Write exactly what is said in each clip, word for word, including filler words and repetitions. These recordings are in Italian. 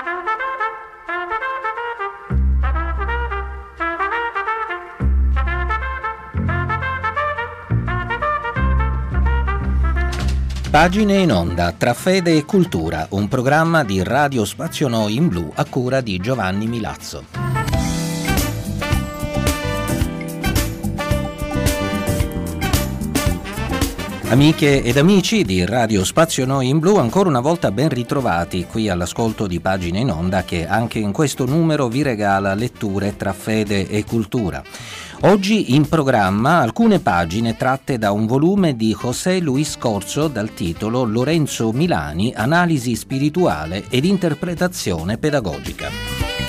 Pagine in onda tra fede e cultura, un programma di Radio Spazio Noi in Blu a cura di Giovanni Milazzo. Amiche ed amici di Radio Spazio Noi in Blu, ancora una volta ben ritrovati qui all'ascolto di Pagine in onda, che anche in questo numero vi regala letture tra fede e cultura. Oggi in programma alcune pagine tratte da un volume di José Luis Corzo dal titolo Lorenzo Milani, analisi spirituale ed interpretazione pedagogica.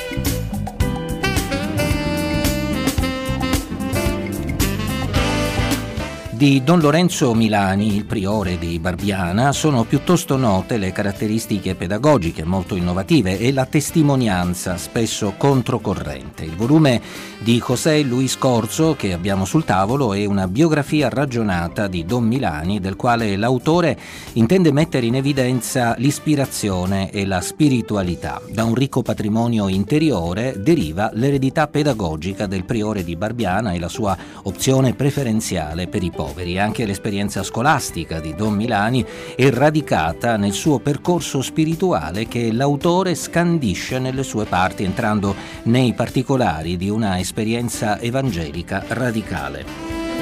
Di Don Lorenzo Milani, il priore di Barbiana, sono piuttosto note le caratteristiche pedagogiche molto innovative e la testimonianza spesso controcorrente. Il volume di José Luis Corzo che abbiamo sul tavolo è una biografia ragionata di Don Milani, del quale l'autore intende mettere in evidenza l'ispirazione e la spiritualità. Da un ricco patrimonio interiore deriva l'eredità pedagogica del priore di Barbiana e la sua opzione preferenziale per i poveri. Anche l'esperienza scolastica di Don Milani è radicata nel suo percorso spirituale che l'autore scandisce nelle sue parti, entrando nei particolari di una esperienza evangelica radicale.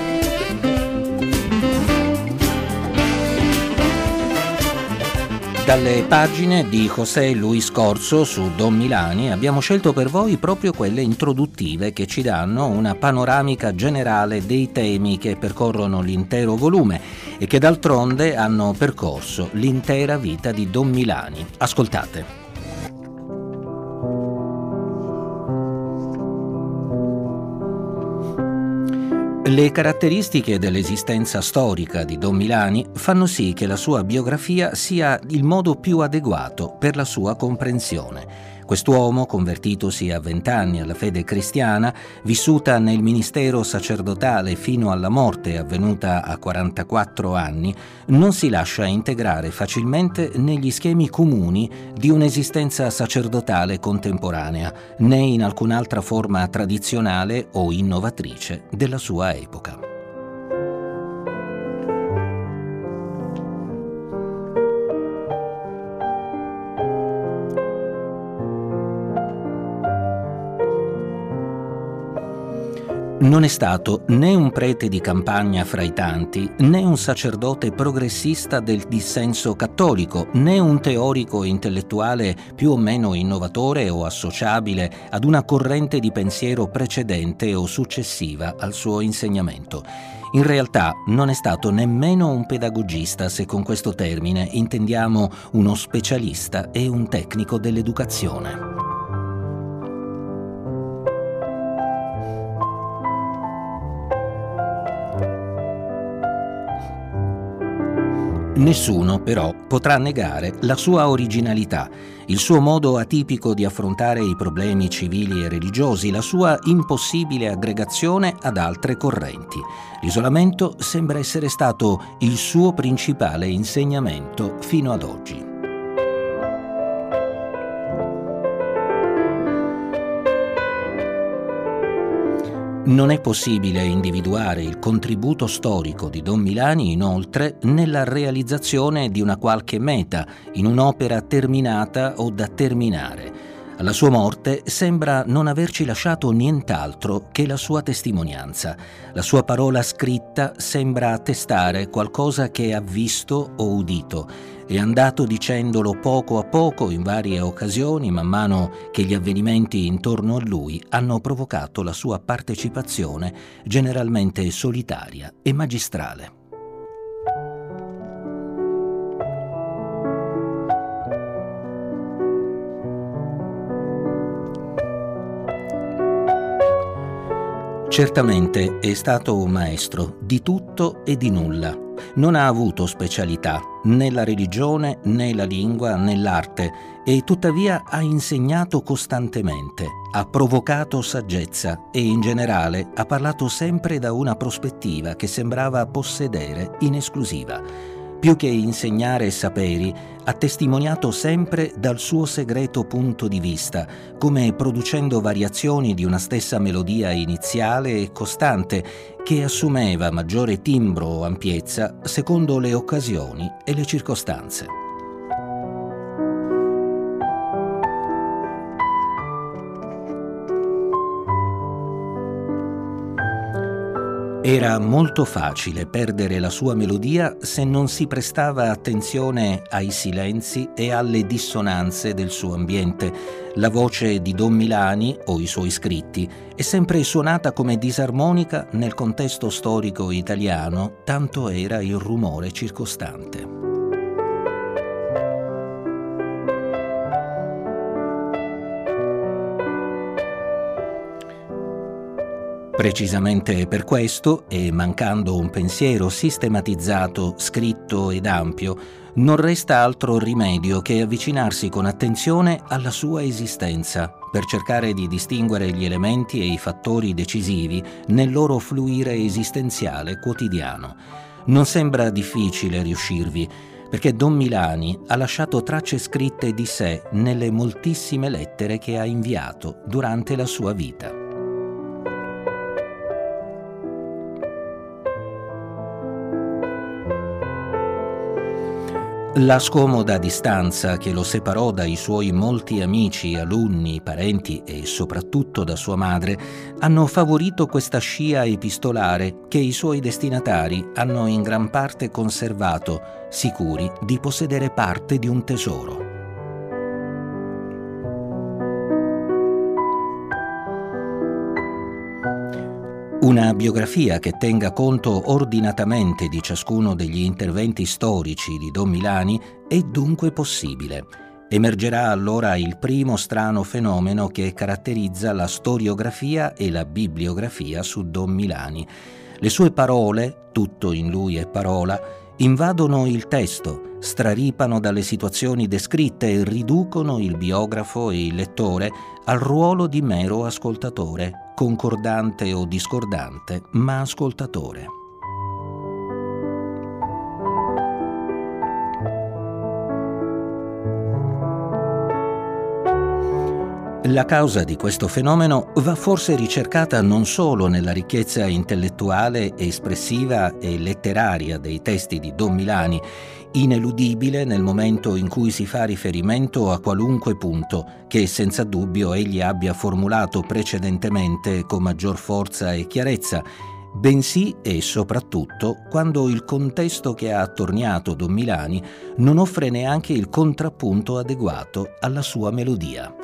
Dalle pagine di José Luis Corzo su Don Milani abbiamo scelto per voi proprio quelle introduttive che ci danno una panoramica generale dei temi che percorrono l'intero volume e che d'altronde hanno percorso l'intera vita di Don Milani. Ascoltate. Le caratteristiche dell'esistenza storica di Don Milani fanno sì che la sua biografia sia il modo più adeguato per la sua comprensione. Quest'uomo, convertitosi a vent'anni alla fede cristiana, vissuta nel ministero sacerdotale fino alla morte avvenuta a quarantaquattro anni, non si lascia integrare facilmente negli schemi comuni di un'esistenza sacerdotale contemporanea, né in alcun'altra forma tradizionale o innovatrice della sua epoca. Non è stato né un prete di campagna fra i tanti, né un sacerdote progressista del dissenso cattolico, né un teorico intellettuale più o meno innovatore o associabile ad una corrente di pensiero precedente o successiva al suo insegnamento. In realtà non è stato nemmeno un pedagogista, se con questo termine intendiamo uno specialista e un tecnico dell'educazione. Nessuno, però, potrà negare la sua originalità, il suo modo atipico di affrontare i problemi civili e religiosi, la sua impossibile aggregazione ad altre correnti. L'isolamento sembra essere stato il suo principale insegnamento fino ad oggi. Non è possibile individuare il contributo storico di Don Milani, inoltre, nella realizzazione di una qualche meta, in un'opera terminata o da terminare. Alla sua morte sembra non averci lasciato nient'altro che la sua testimonianza. La sua parola scritta sembra attestare qualcosa che ha visto o udito. È andato dicendolo poco a poco in varie occasioni, man mano che gli avvenimenti intorno a lui hanno provocato la sua partecipazione, generalmente solitaria e magistrale. Certamente è stato un maestro di tutto e di nulla. Non ha avuto specialità né la religione, né la lingua, né l'arte, e tuttavia ha insegnato costantemente, ha provocato saggezza e in generale ha parlato sempre da una prospettiva che sembrava possedere in esclusiva. Più che insegnare saperi, ha testimoniato sempre dal suo segreto punto di vista, come producendo variazioni di una stessa melodia iniziale e costante, che assumeva maggiore timbro o ampiezza secondo le occasioni e le circostanze. Era molto facile perdere la sua melodia se non si prestava attenzione ai silenzi e alle dissonanze del suo ambiente. La voce di Don Milani o i suoi scritti è sempre suonata come disarmonica nel contesto storico italiano, tanto era il rumore circostante. Precisamente per questo, e mancando un pensiero sistematizzato, scritto ed ampio, non resta altro rimedio che avvicinarsi con attenzione alla sua esistenza, per cercare di distinguere gli elementi e i fattori decisivi nel loro fluire esistenziale quotidiano. Non sembra difficile riuscirvi, perché Don Milani ha lasciato tracce scritte di sé nelle moltissime lettere che ha inviato durante la sua vita. La scomoda distanza che lo separò dai suoi molti amici, alunni, parenti e soprattutto da sua madre hanno favorito questa scia epistolare che i suoi destinatari hanno in gran parte conservato, sicuri di possedere parte di un tesoro. Una biografia che tenga conto ordinatamente di ciascuno degli interventi storici di Don Milani è dunque possibile. Emergerà allora il primo strano fenomeno che caratterizza la storiografia e la bibliografia su Don Milani. Le sue parole, tutto in lui è parola, invadono il testo, straripano dalle situazioni descritte e riducono il biografo e il lettore al ruolo di mero ascoltatore, concordante o discordante, ma ascoltatore. La causa di questo fenomeno va forse ricercata non solo nella ricchezza intellettuale, espressiva e letteraria dei testi di Don Milani, ineludibile nel momento in cui si fa riferimento a qualunque punto che senza dubbio egli abbia formulato precedentemente con maggior forza e chiarezza, bensì e soprattutto quando il contesto che ha attorniato Don Milani non offre neanche il contrappunto adeguato alla sua melodia.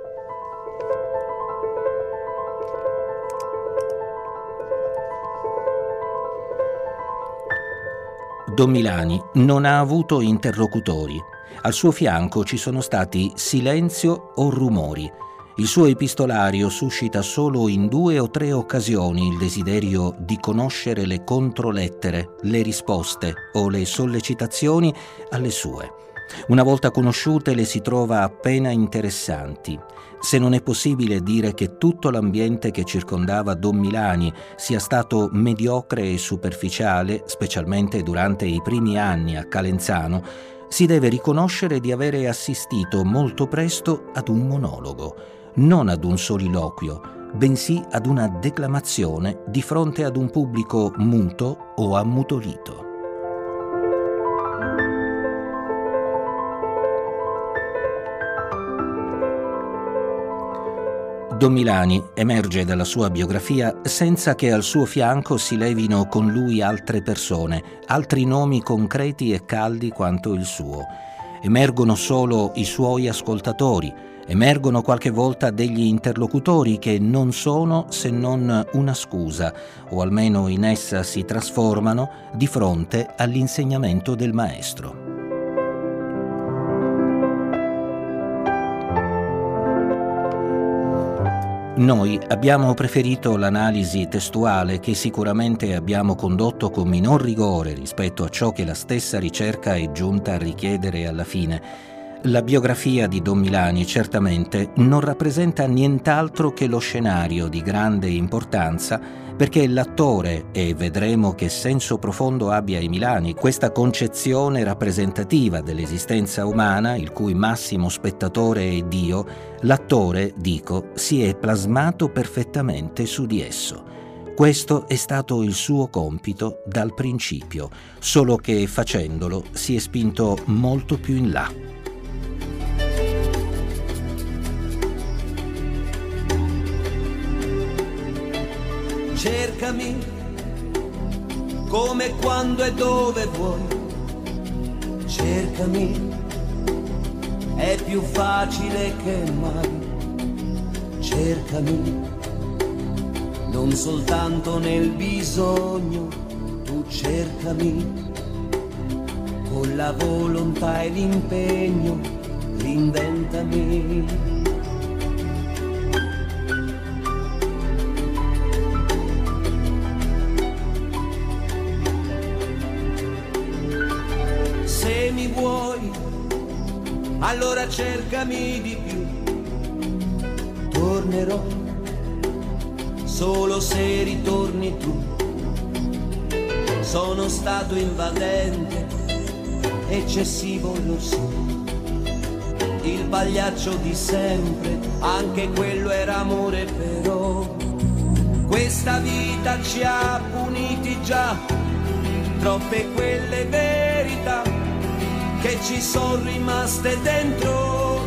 Don Milani non ha avuto interlocutori. Al suo fianco ci sono stati silenzio o rumori. Il suo epistolario suscita solo in due o tre occasioni il desiderio di conoscere le controlettere, le risposte o le sollecitazioni alle sue. Una volta conosciute le si trova appena interessanti. Se non è possibile dire che tutto l'ambiente che circondava Don Milani sia stato mediocre e superficiale, specialmente durante i primi anni a Calenzano, si deve riconoscere di avere assistito molto presto ad un monologo, non ad un soliloquio, bensì ad una declamazione di fronte ad un pubblico muto o ammutolito. Don Milani emerge dalla sua biografia senza che al suo fianco si levino con lui altre persone, altri nomi concreti e caldi quanto il suo. Emergono solo i suoi ascoltatori, emergono qualche volta degli interlocutori che non sono se non una scusa, o almeno in essa si trasformano di fronte all'insegnamento del maestro. Noi abbiamo preferito l'analisi testuale che sicuramente abbiamo condotto con minor rigore rispetto a ciò che la stessa ricerca è giunta a richiedere alla fine. La biografia di Don Milani certamente non rappresenta nient'altro che lo scenario di grande importanza, perché l'attore, e vedremo che senso profondo abbia i Milani, questa concezione rappresentativa dell'esistenza umana, il cui massimo spettatore è Dio, l'attore, dico, si è plasmato perfettamente su di esso. Questo è stato il suo compito dal principio, solo che facendolo si è spinto molto più in là. Cercami come, quando e dove vuoi. Cercami, è più facile che mai. Cercami, non soltanto nel bisogno. Tu cercami, con la volontà e l'impegno. Reinventami. Se mi vuoi, allora cercami di più. Tornerò solo se ritorni tu. Sono stato invadente, eccessivo lo so. Il pagliaccio di sempre, anche quello era amore, però questa vita ci ha puniti già. Troppe quelle verità che ci sono rimaste dentro.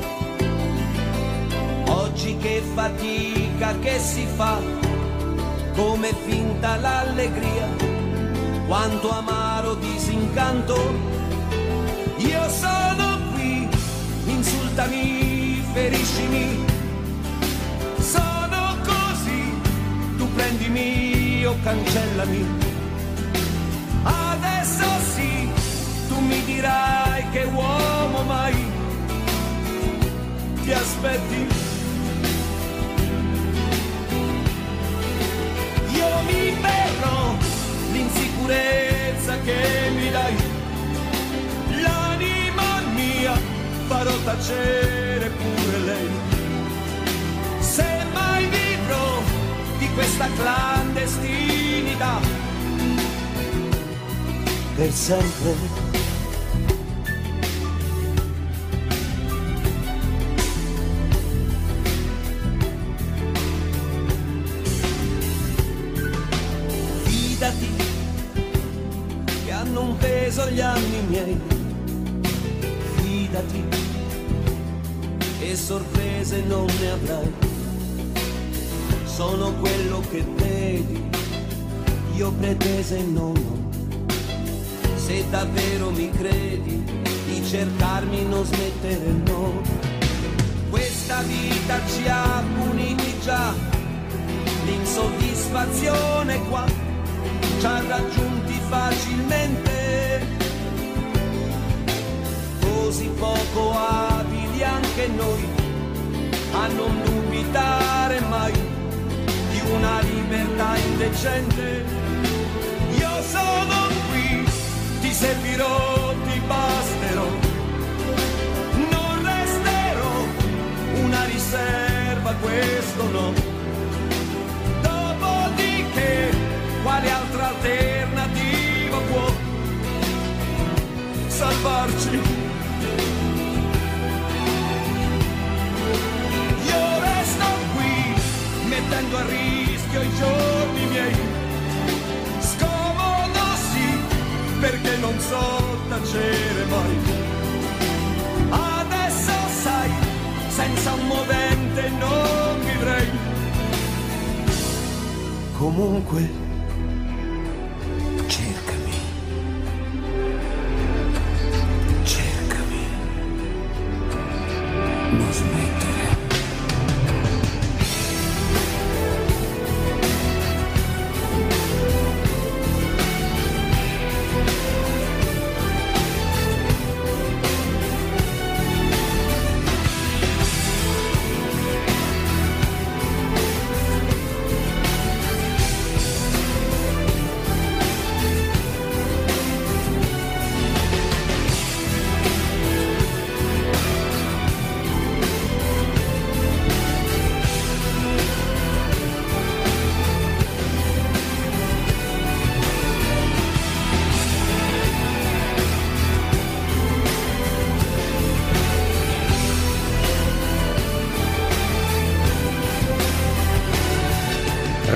Oggi che fatica che si fa, come finta l'allegria, quanto amaro disincanto. Io sono qui, insultami, feriscimi, sono così, tu prendimi o cancellami. Adesso sì, tu mi dirai che uomo mai ti aspetti. Io mi berrò l'insicurezza che mi dai, l'anima mia farò tacere pure lei. Se mai vivrò di questa clandestinità per sempre. Fidati che hanno un peso gli anni miei. Fidati che sorprese non ne avrai. Sono quello che vedi, io pretese non ho. Se davvero mi credi, di cercarmi non smettere, no. Questa vita ci ha puniti già, l'insoddisfazione qua ci ha raggiunti facilmente. Così poco abili anche noi a non dubitare mai di una libertà indecente. Io sono qui, ti servirò, ti basterò, non resterò una riserva, questo no. Dopodiché, quale altra alternativa può salvarci? Io resto qui, mettendo a rischio i giorni miei. Perché non so tacere mai. Adesso sai, senza un movente non vivrei. Comunque, cercami, cercami, non smettere.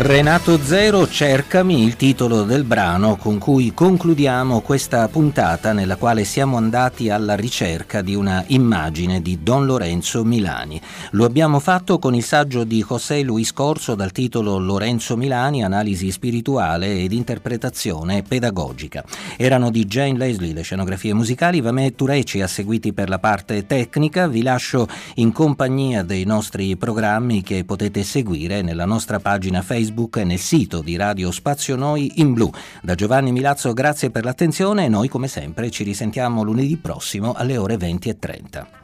Renato Zero, Cercami, il titolo del brano con cui concludiamo questa puntata nella quale siamo andati alla ricerca di una immagine di Don Lorenzo Milani. Lo abbiamo fatto con il saggio di José Luis Corso dal titolo Lorenzo Milani, analisi spirituale ed interpretazione pedagogica. Erano di Jane Leslie le scenografie musicali, Vamet Tureci ha seguiti per la parte tecnica. Vi lascio in compagnia dei nostri programmi che potete seguire nella nostra pagina Facebook e nel sito di Radio Spazio Noi in blu. Da Giovanni Milazzo grazie per l'attenzione e noi come sempre ci risentiamo lunedì prossimo alle ore venti e trenta.